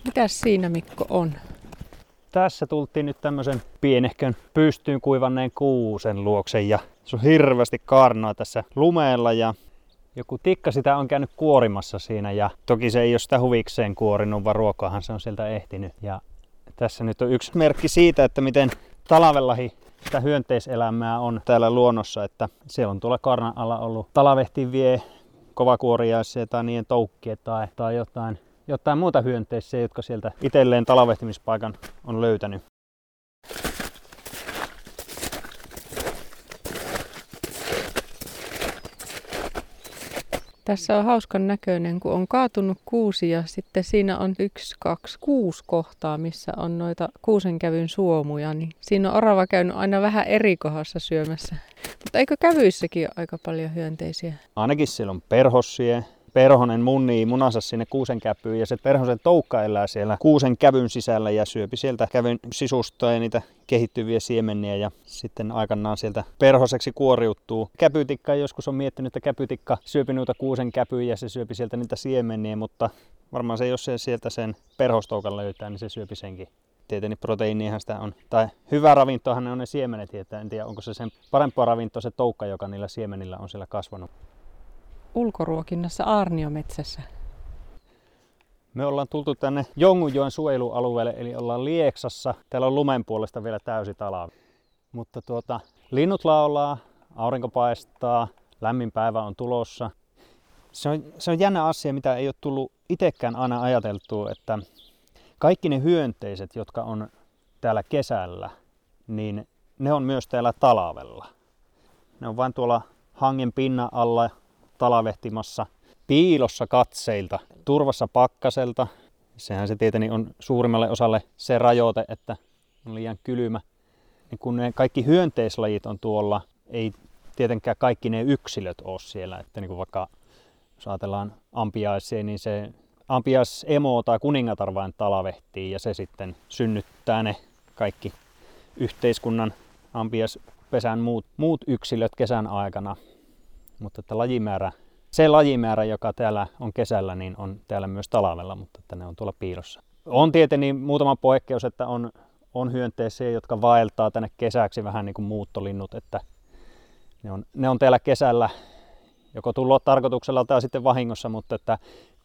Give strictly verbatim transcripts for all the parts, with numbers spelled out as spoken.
Mitäs siinä, Mikko, on? Tässä tultiin nyt tämmöisen pienehkön pystyyn kuivanneen kuusen luokse ja se on hirveästi kaarnaa tässä lumeella ja joku tikka sitä on käynyt kuorimassa siinä ja toki se ei ole sitä huvikseen kuorinut, vaan ruokaahan se on sieltä ehtinyt. Ja tässä nyt on yksi merkki siitä, että miten talvellahi sitä hyönteiselämää on täällä luonnossa, että siellä on tuolla kaarnan alla ollut talavehtivie, kovakuoriaisia tai niiden toukkia tai, tai jotain, jotain muuta hyönteisiä, jotka sieltä itselleen talavehtimispaikan on löytänyt. Tässä on hauskan näköinen, kun on kaatunut kuusi ja sitten siinä on yksi, kaksi, kuusi kohtaa, missä on noita kuusenkävyn suomuja. Niin siinä on orava käynyt aina vähän eri kohdassa syömässä. Mutta eikö kävyissäkin ole aika paljon hyönteisiä? Ainakin siellä on perhossie. Perhonen munnii munansa sinne kuusenkäpyyn ja se perhosen toukka elää siellä kuusen kävyn sisällä ja syöpi sieltä kävyn sisusta ja niitä kehittyviä siemeniä ja sitten aikanaan sieltä perhoseksi kuoriuttuu. Käpytikka joskus on miettinyt, että käpytikka syöpi noita kuusen käpyjä ja se syöpi sieltä niitä siemeniä, mutta varmaan se, jos se sieltä sen perhostoukan löytää, niin se syöpi senkin. Tietenkin proteiinihan sitä on, tai hyvä ravintohan ne on ne siemenet, että en tiedä onko se sen parempaa ravintoa se toukka, joka niillä siemenillä on siellä kasvanut. Ulkoruokinnassa aarniometsässä. Me ollaan tultu tänne Jongunjoen suojelualueelle, eli ollaan Lieksassa. Täällä on lumen puolesta vielä täysi talvi. Mutta tuota, linnut laulaa, aurinko paistaa, lämmin päivä on tulossa. Se on, se on jännä asia, mitä ei ole tullut itsekään aina ajateltua, että kaikki ne hyönteiset, jotka on täällä kesällä, niin ne on myös täällä talvella. Ne on vain tuolla hangen pinnan alla talavehtimassa, piilossa katseilta, turvassa pakkaselta. Sehän se tietenkin on suurimmalle osalle se rajoite, että on liian kylmä. Ja kun ne kaikki hyönteislajit on tuolla, ei tietenkään kaikki ne yksilöt ole siellä. Että niin kuin vaikka jos ajatellaan ampiaisia, niin se ampiaisemo tai kuningatar vain talavehtii ja se sitten synnyttää ne kaikki yhteiskunnan ampiaispesän muut, muut yksilöt kesän aikana. Mutta että lajimäärä, se lajimäärä, joka täällä on kesällä, niin on täällä myös talvella, mutta että ne on tuolla piilossa. On tietenkin muutama poikkeus, että on, on hyönteisiä, jotka vaeltaa tänne kesäksi vähän niin kuin muuttolinnut, että ne on, ne on täällä kesällä joko tullut tarkoituksella tai sitten vahingossa, mutta että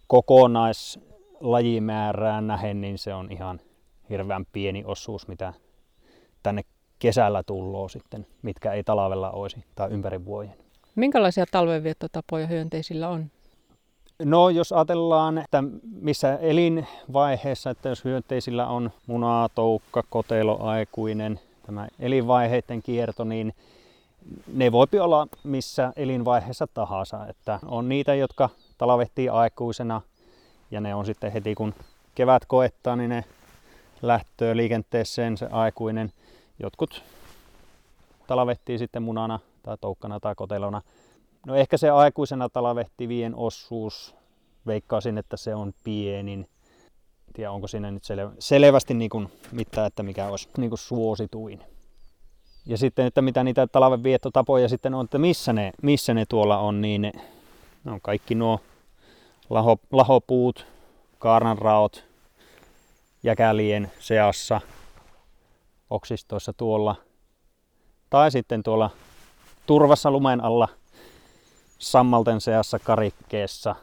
kokonaislajimäärään nähen, niin se on ihan hirveän pieni osuus, mitä tänne kesällä tulloo sitten, mitkä ei talvella olisi tai ympäri vuoden. Minkälaisia talvenviettotapoja hyönteisillä on? No jos ajatellaan, että missä elinvaiheessa, että jos hyönteisillä on muna, toukka, kotelo, aikuinen, tämä elinvaiheiden kierto, niin ne voi olla missä elinvaiheessa tahansa. Että on niitä, jotka talvehtii aikuisena ja ne on sitten heti kun kevät koettaa, niin ne lähtöö liikenteeseen se aikuinen. Jotkut talvehtii sitten munana tai toukkana tai kotelona. No ehkä se aikuisena talavehtivien osuus, veikkaisin, että se on pienin. En tiedä, onko siinä nyt selvä, selvästi niin kuin mitään, että mikä olisi niin kuin suosituin. Ja sitten, että mitä niitä talvenviettotapoja sitten on, että missä ne, missä ne tuolla on, niin ne, ne on kaikki nuo laho, lahopuut, kaarnanraot, jäkälien seassa, oksistoissa tuolla. Tai sitten tuolla turvassa lumen alla, sammalten seassa, karikkeessa.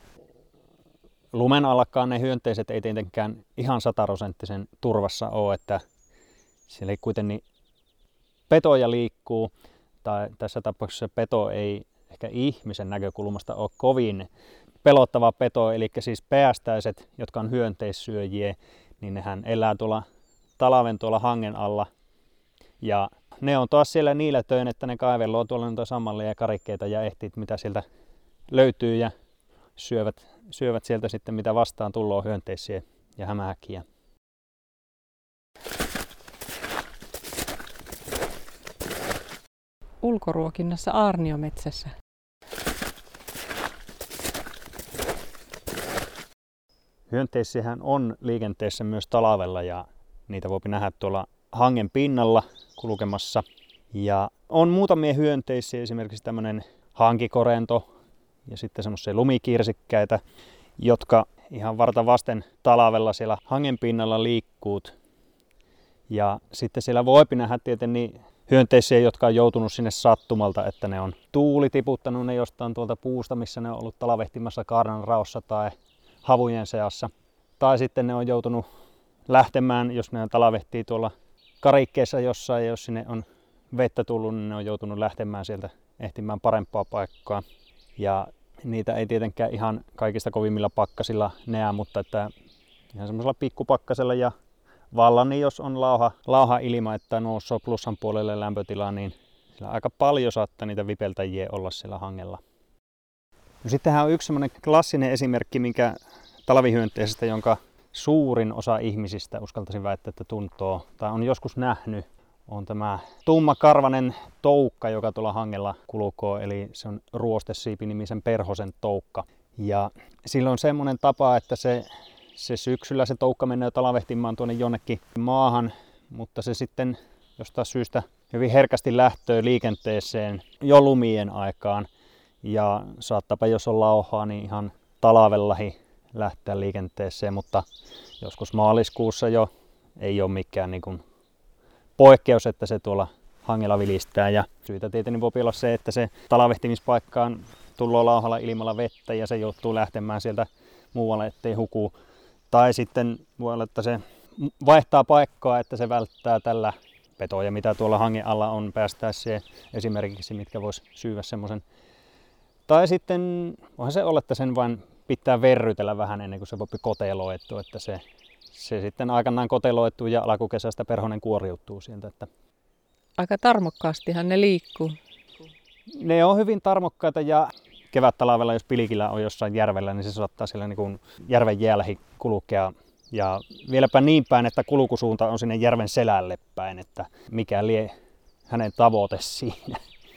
Lumen allakaan ne hyönteiset ei tietenkään ihan sataprosenttisen turvassa ole, että siellä ei kuitenkin petoja liikkuu, tai tässä tapauksessa peto ei ehkä ihmisen näkökulmasta ole kovin pelottava peto, eli siis päästäiset, jotka on hyönteissyöjiä, niin nehän elää tuolla talven tuolla hangen alla. Ja ne on taas siellä niillä töin, että ne kaivelloo tuolla noita sammalia ja karikkeita ja ehtii, mitä sieltä löytyy ja syövät, syövät sieltä sitten mitä vastaan tulloo hyönteisiä ja hämähäkkiä. Ulkoruokinnassa aarniometsässä. Hyönteisiähän on liikenteessä myös talvella ja niitä voi nähdä tuolla hangen pinnalla kulkemassa. Ja on muutamia hyönteisiä, esimerkiksi tämmöinen hankikorento ja sitten semmoisia lumikirsikkäitä, jotka ihan varta vasten talvella siellä hangen pinnalla liikkuut. Ja sitten siellä voipi nähdä tietenkin hyönteisiä, jotka on joutunut sinne sattumalta, että ne on tuuli tiputtanut ne jostain tuolta puusta, missä ne on ollut talvehtimassa kaarnanraossa tai havujen seassa. Tai sitten ne on joutunut lähtemään, jos ne talvehtii tuolla karikkeessa jossain, ja jos sinne on vettä tullut, niin ne on joutunut lähtemään sieltä ehtimään parempaa paikkaa. Ja niitä ei tietenkään ihan kaikista kovimmilla pakkasilla näe, mutta että ihan semmoisella pikkupakkasella ja vallan, niin jos on lauha, lauha ilma, että nousee plussan puolelle lämpötilaa, niin sillä aika paljon saattaa niitä vipeltäjiä olla siellä hangella. No sittenhän on yksi semmoinen klassinen esimerkki, minkä talvihyönteisestä, jonka suurin osa ihmisistä, uskaltaisin väittää, että tuntoo tai on joskus nähnyt, on tämä tummakarvanen toukka, joka tuolla hangella kulkoo, eli se on ruostesiipi-nimisen perhosen toukka. Ja sillä on semmoinen tapa, että se, se syksyllä se toukka menee talvehtimaan tuonne jonnekin maahan, mutta se sitten jostain syystä hyvin herkästi lähtöö liikenteeseen jo lumien aikaan. Ja saattaapa, jos on lauhaa, niin ihan talvellahi lähteä liikenteeseen, mutta joskus maaliskuussa jo ei ole mikään niin kuin poikkeus, että se tuolla hangella vilistää. Ja syytä tietenkin voi olla se, että se talvehtimispaikkaan tulee lauhalla ilmalla vettä ja se joutuu lähtemään sieltä muualle, ettei huku. Tai sitten voi olla, että se vaihtaa paikkaa, että se välttää tällä petoja, mitä tuolla hangen alla on, päästäessä esimerkiksi, mitkä vois syyvä semmoisen. Tai sitten voihan se olla, että sen vain pitää verrytellä vähän ennen kuin se voi koteloitua, että se, se sitten aikanaan koteloituu ja alkukesästä perhonen kuoriutuu sieltä. Että aika tarmokkaastihan ne liikkuu. Ne on hyvin tarmokkaita ja kevättalvella, jos pilkillä on jossain järvellä, niin se saattaa siellä niin kuin järven jälhi kulkea. Ja vieläpä niin päin, että kulkusuunta on sinne järven selälle päin, että mikä lie hänen tavoite siinä.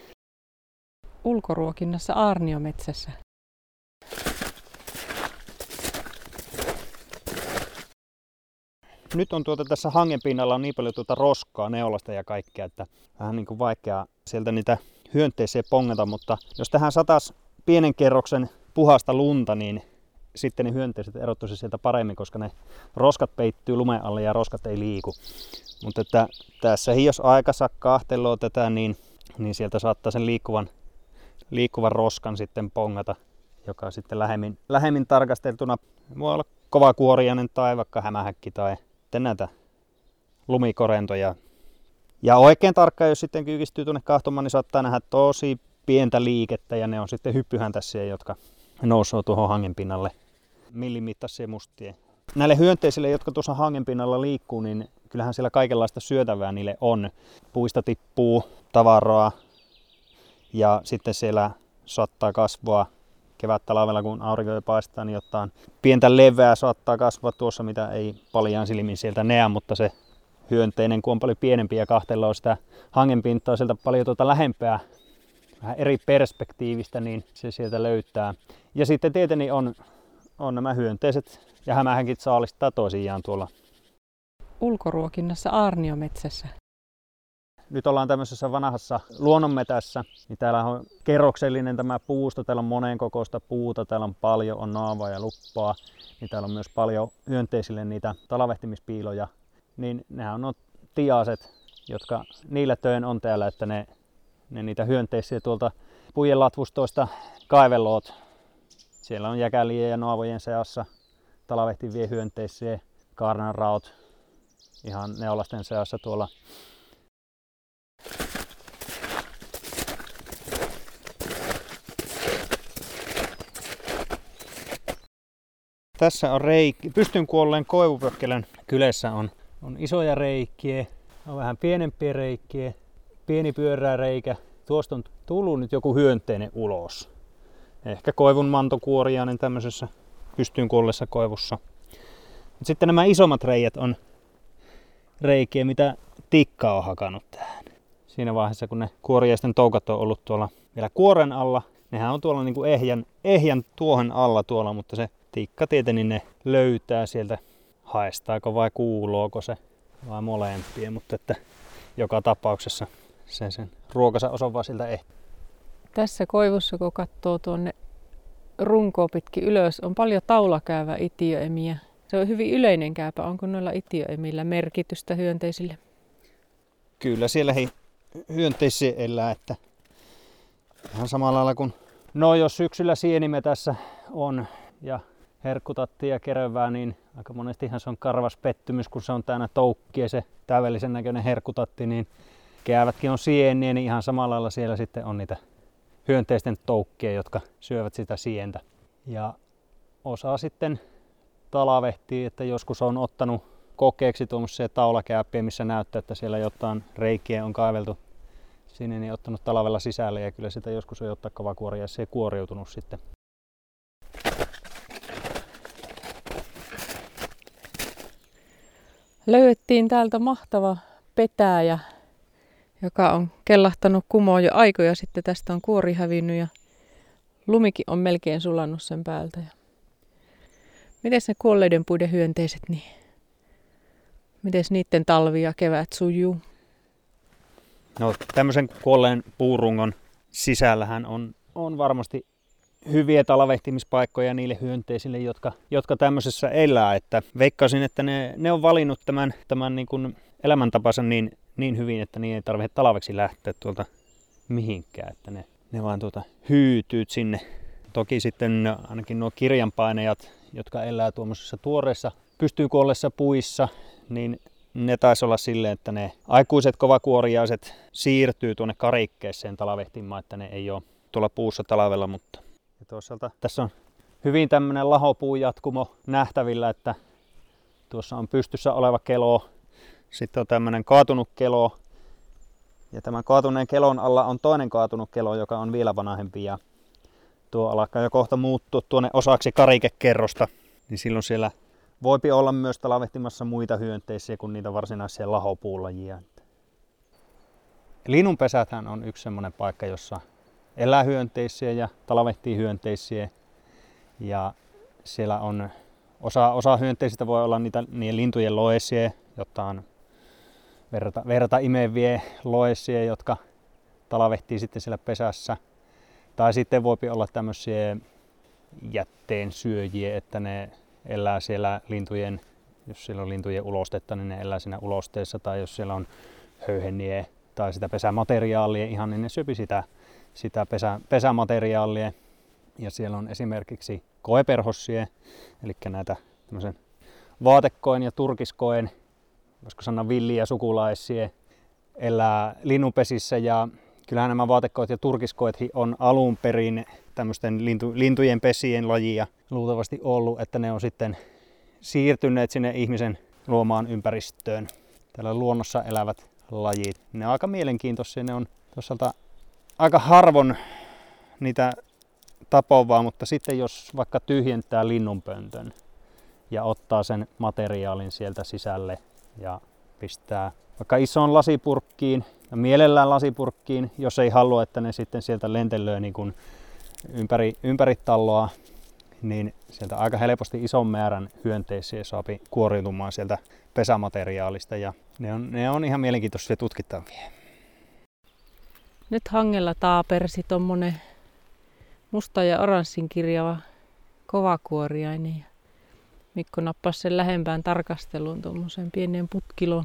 Ulkoruokinnassa aarniometsässä. Nyt on tuota tässä hangen pinnalla on niin paljon tuota roskaa, neulasta ja kaikkea, että vähän niin kuin vaikea sieltä niitä hyönteisiä pongata, mutta jos tähän satas pienen kerroksen puhasta lunta, niin sitten ne hyönteiset erottuisi sieltä paremmin, koska ne roskat peittyy lumen alle ja roskat ei liiku. Mutta että tässä jos aikansa kahteloo tätä, niin, niin sieltä saattaa sen liikkuvan, liikkuvan roskan sitten pongata, joka sitten lähemmin, lähemmin tarkasteltuna voi olla kovakuoriainen tai vaikka hämähäkki tai näitä lumikorentoja. Ja oikein tarkkaan, jos sitten kyykistyy tuonne kahtomaan, niin saattaa nähdä tosi pientä liikettä ja ne on sitten hyppyhäntäisiä, jotka nousee tuohon hangen pinnalle millimittaisia mustia. Näille hyönteisille, jotka tuossa hangen pinnalla liikkuu, niin kyllähän siellä kaikenlaista syötävää niille on. Puista tippuu tavaraa ja sitten siellä saattaa kasvaa kevät-talvella, kun aurinko paistaa, niin jotain pientä levää saattaa kasvaa tuossa, mitä ei paljaan silmin sieltä näe, mutta se hyönteinen, kun on paljon pienempi ja kahtella on sitä hangenpintaa sieltä paljon tuota lähempää, vähän eri perspektiivistä, niin se sieltä löytää. Ja sitten tietenkin on, on nämä hyönteiset ja hämähäkit saalistaa toisiaan tuolla. Ulkoruokinnassa aarniometsässä. Nyt ollaan tämmöisessä vanhassa luonnonmetässä, niin täällä on kerroksellinen tämä puusto, täällä on monen kokoista puuta, täällä on paljon, on naavaa ja luppaa, niin täällä on myös paljon hyönteisille niitä talvehtimispiiloja, niin nehän on tiaset, jotka niillä töön on täällä, että ne, ne niitä hyönteisiä tuolta puiden latvustoista kaiveloot. Siellä on jäkälien ja naavojen seassa talvehtivia hyönteisiä, kaarnanraot ihan neulasten seassa tuolla. Tässä on reikki. Pystyn kuolleen koivupökkelän kylässä on, on isoja reikiä, on vähän pienempiä reikiä, pieni pyörää reikä. Tuosta on tullut nyt joku hyönteinen ulos. Ehkä koivun mantokuoriainen tämmöisessä pystyn kuolleessa koivussa. Mut sitten nämä isommat reijät on reikiä, mitä tikka on hakannut tähän. Siinä vaiheessa, kun ne kuoriaisten toukat on ollut tuolla vielä kuoren alla, nehän on tuolla niin kuin ehjän, ehjän tuohon alla tuolla, mutta se tikka tietenkin ne löytää sieltä, haistaako vai kuuluuko se vai molempia, mutta että joka tapauksessa sen, sen ruokansa osan vaan siltä ehtii. Tässä koivussa, kun katsoo tuonne runkoa pitkin ylös on paljon taulakäyvä itiöemiä. Se on hyvin yleinen käypä. Onko noilla itiöemillä merkitystä hyönteisille? Kyllä siellä hei hyönteisiä elää, että ihan samalla lailla kuin no jos syksyllä sienimetässä on ja herkkutatti ja kerövää, niin aika monestihan se on karvas pettymys, kun se on täynnä toukkia se täydellisen näköinen herkkutatti, niin käävätkin on sieniä, niin ihan samalla lailla siellä sitten on niitä hyönteisten toukkia, jotka syövät sitä sientä. Ja osa sitten talavehtii, että joskus on ottanut kokeeksi tuommoisia taulakääppiä, missä näyttää, että siellä jotain reikiä on kaiveltu sinne, niin ottanut talvella sisälle ja kyllä sitä joskus on ottaa kovakuoria ja se ei kuoriutunut sitten. Löydettiin täältä mahtava petäjä, joka on kellahtanut kumoon jo aikoja sitten. Tästä on kuori hävinnyt ja lumikin on melkein sulannut sen päältä. Mites ne kuolleiden puiden hyönteiset, niin mites niiden talvi ja kevät sujuu? No tämmöisen kuolleen puurungon sisällähän on, on varmasti hyviä talvehtimispaikkoja niille hyönteisille, jotka, jotka tämmöisessä elää. Että veikkaisin, että ne, ne on valinnut tämän, tämän niin kuin elämäntapansa niin, niin hyvin, että niin ei tarvitse talveksi lähteä tuolta mihinkään. Että ne, ne vaan tuota hyytyy sinne. Toki sitten ainakin nuo kirjanpainajat, jotka elää tuommoisessa tuoreessa pystyynkuolleissa puissa, niin ne taisi olla silleen, että ne aikuiset kovakuoriaiset siirtyy tuonne karikkeeseen talvehtimaan, että ne ei ole tuolla puussa talvella, mutta ja toisaalta tässä on hyvin tämmöinen lahopuujatkumo nähtävillä, että tuossa on pystyssä oleva kelo, sitten on tämmöinen kaatunut kelo ja tämän kaatuneen kelon alla on toinen kaatunut kelo, joka on vielä vanhempi ja tuo alkaa jo kohta muuttua tuonne osaksi karikekerrosta, niin silloin siellä voipi olla myös talvehtimassa muita hyönteisiä kuin niitä varsinaisia lahopuulajia. Linnunpesäthän on yksi semmoinen paikka, jossa elää hyönteisiä ja talvehtii hyönteisiä. Ja siellä on osa, osa hyönteisistä voi olla niitä niiden lintujen loesia, jotta on verta, verta imeviä loesia, jotka talvehtii sitten siellä pesässä. Tai sitten voi olla tämmöisiä jätteen syöjiä, että ne elää siellä lintujen, jos siellä on lintujen ulostetta, niin ne elää siinä ulosteessa. Tai jos siellä on höyheniä tai sitä pesämateriaalia ihan, niin ne syöpi sitä, sitä pesä, pesämateriaalia. Ja siellä on esimerkiksi koeperhossia, eli näitä tämmöisen vaatekoen ja turkiskoen, voisiko sanoa villiä sukulaisia, elää linnunpesissä. Ja kyllähän nämä vaatekoet ja turkiskoet on alun perin tämmöisten lintu, lintujen pesien lajia luultavasti ollut, että ne on sitten siirtyneet sinne ihmisen luomaan ympäristöön. Täällä luonnossa elävät lajit. Ne on aika mielenkiintoisia, ne on toisaalta aika harvoin niitä tapovaa, mutta sitten jos vaikka tyhjentää linnunpöntön ja ottaa sen materiaalin sieltä sisälle ja pistää vaikka isoon lasipurkkiin ja mielellään lasipurkkiin, jos ei halua, että ne sitten sieltä lentelöi niin kuin ympäri, ympäri talloa, niin sieltä aika helposti ison määrän hyönteisiä saapi kuoriutumaan sieltä pesämateriaalista ja ne on, ne on ihan mielenkiintoisia tutkittavia. Nyt hangella taapersi tommonen musta ja oranssin kirjava kovakuoriainen. Mikko nappasi sen lähempään tarkasteluun tuommoisen pienen putkilon.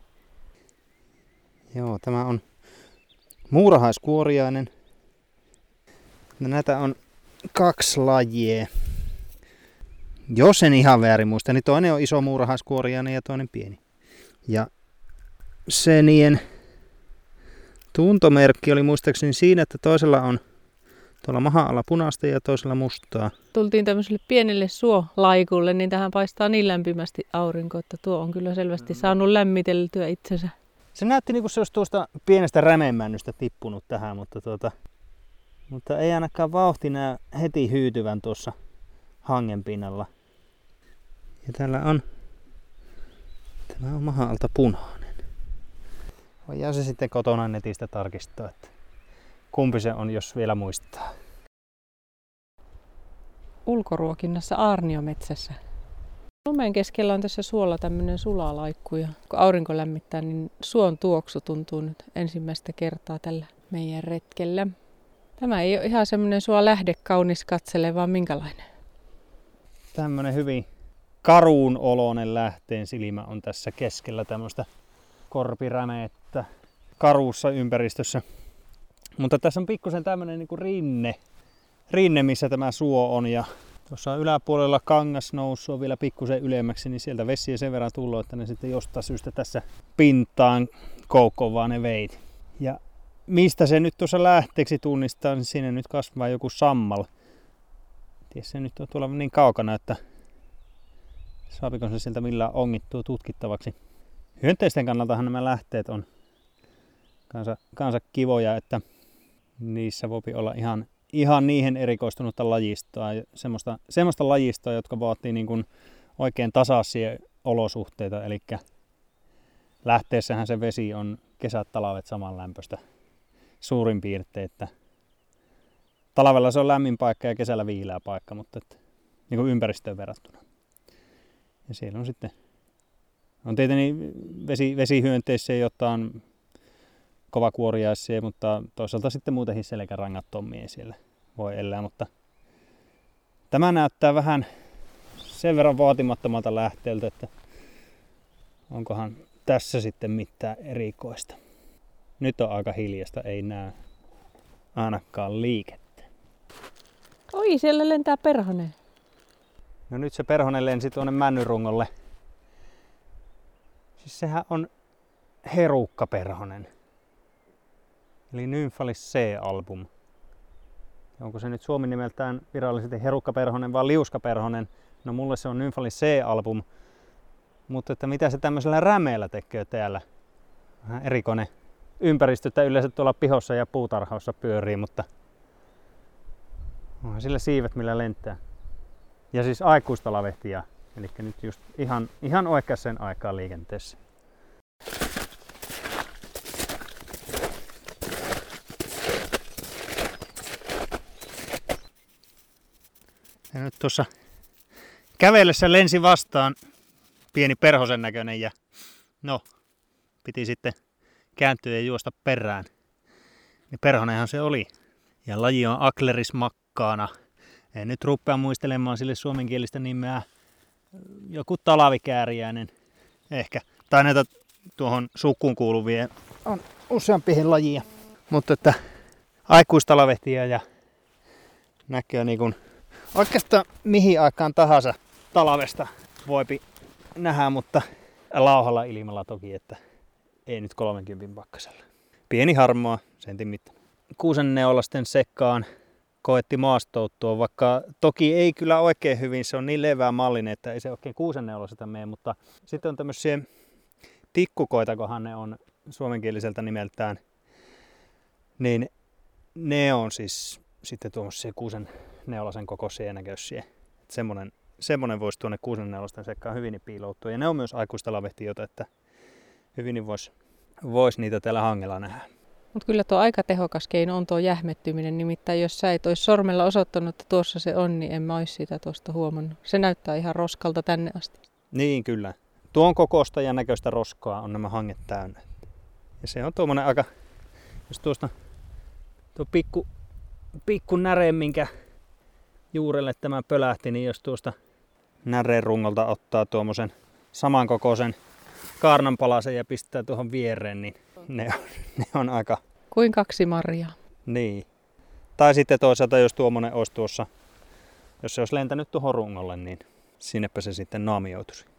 Joo, tämä on muurahaiskuoriainen. Näitä on kaksi lajia. Jos en ihan väärin muista, niin toinen on iso muurahaiskuoriainen ja toinen pieni. Ja se niiden tuntomerkki oli muistaakseni siinä, että toisella on tuolla mahan alla punaista ja toisella mustaa. Tultiin tämmöiselle pienelle suolaikulle, niin tähän paistaa niin lämpimästi aurinko, että tuo on kyllä selvästi saanut lämmiteltyä itsensä. Se näytti niin kuin se olisi tuosta pienestä rämeenmännystä tippunut tähän, mutta, tuota, mutta ei ainakaan vauhti näy heti hyytyvän tuossa hangen pinnalla. Ja täällä on, tämä on mahan alta punainen. Voidaan se sitten kotona netistä tarkistaa, että kumpi se on, jos vielä muistaa. Ulkoruokinnassa aarniometsässä. Lumen keskellä on tässä suolla tämmöinen sulalaikku ja kun aurinko lämmittää, niin suon tuoksu tuntuu nyt ensimmäistä kertaa tällä meidän retkellä. Tämä ei ole ihan semmoinen sua lähdekaunis katsele, vaan minkälainen? Tämmönen hyvin karuun oloinen lähteen silmä on tässä keskellä tämmöistä korpirämettä karuussa ympäristössä. Mutta tässä on pikkusen tämmönen niinku rinne, rinne, missä tämä suo on. Ja tuossa yläpuolella kangas noussut vielä pikkusen ylemmäksi, niin sieltä vesiä sen verran tullut, että ne sitten jostain syystä tässä pintaan koukkovaa ne veit. Ja mistä se nyt tuossa lähteeksi tunnistaa, niin siinä nyt kasvaa joku sammal. Ties se nyt on tuolla niin kaukana, että saapiko se sieltä millään ongittua tutkittavaksi. Hyönteisten kannaltahan nämä lähteet on kanssa, kanssa kivoja, että niissä voi olla ihan, ihan niihin erikoistunutta lajistoa. Semmoista, semmoista lajistoa, jotka vaatii niin kuin oikein tasaisia olosuhteita. Eli lähteessähän se vesi on kesät, talvet samanlämpöistä suurin piirtein. Että talvella se on lämmin paikka ja kesällä viileä paikka, mutta että, niin kuin ympäristöön verrattuna. Ja siellä on sitten on tietenkin vesi, vesihyönteissä, jotta on kovakuoriaisia, mutta toisaalta sitten muutenkin selkärangattomia siellä voi elää. Mutta tämä näyttää vähän sen verran vaatimattomalta lähteeltä, että onkohan tässä sitten mitään erikoista. Nyt on aika hiljasta, ei näy ainakaan liikettä. Oi, siellä lentää perhonen. No nyt se perhonen lensi tuonne männyrungolle. Siis sehän on herukkaperhonen. Eli Nymphalis C-album. Onko se nyt suomi nimeltään virallisesti herukkaperhonen vai liuskaperhonen? No mulle se on Nymphalis C-album. Mutta että mitä se tämmöisellä rämeellä tekee täällä? Vähän erikoinen ympäristö, että yleensä tuolla pihossa ja puutarhaussa pyörii, mutta onhan sillä siivet millä lentää. Ja siis aikuistalavehtiä, eli nyt just ihan, ihan oikeaan aikaan liikenteessä. Ja nyt tuossa kävellessä lensi vastaan pieni perhosen näköinen ja no, piti sitten kääntyä ja juosta perään. Niin perhonenhan se oli. Ja laji on Acleris makkaana. En nyt rupea muistelemaan sille suomenkielistä nimeä. Joku talavikääriäinen ehkä. Tai näitä tuohon sukuun kuuluvia on useampiin lajia. Mutta että aikuistalavehtiä ja näkee niin kuin oikeastaan mihin aikaan tahansa talvesta voipi nähdä, mutta lauhalla ilmalla toki, että ei nyt kolmenkympin pakkasella. Pieni harmaa sentin mittainen. Kuusenneulasten sekaan koetti maastoutua, vaikka toki ei kyllä oikein hyvin, se on niin leveä mallinen, että ei se oikein kuusenneulasta mene, mutta sitten on tämmöisiä tikkukoitakohan ne on suomenkieliseltä nimeltään, niin ne on siis sitten tuommoisia kuusenneulasen kokoisia näköisiä. Semmoinen, semmoinen voisi tuonne kuusenneulasten sekaan hyvin piiloutua, ja ne on myös aikuistalavehtiöitä, että hyvin voisi vois niitä täällä hangella nähdä. Mutta kyllä tuo aika tehokas keino on tuo jähmettyminen, nimittäin jos sä et olisi sormella osoittanut, että tuossa se on, niin en mä olisi sitä tuosta huomannut. Se näyttää ihan roskalta tänne asti. Niin kyllä. Tuon kokoista ja näköistä roskaa on nämä hanget täynnä. Ja se on tuommoinen aika, jos tuosta tuo pikku, pikku näre, minkä juurelle tämä pölähti, niin jos tuosta näreen rungolta ottaa tuommoisen samankokoisen kaarnanpalasen ja pistää tuohon viereen, niin ne on, ne on aika... Kuin kaksi marjaa. Niin. Tai sitten toisaalta, jos tuommoinen olisi tuossa, jos se olisi lentänyt tuohon rungolle, niin sinnepä se sitten naamioituisi.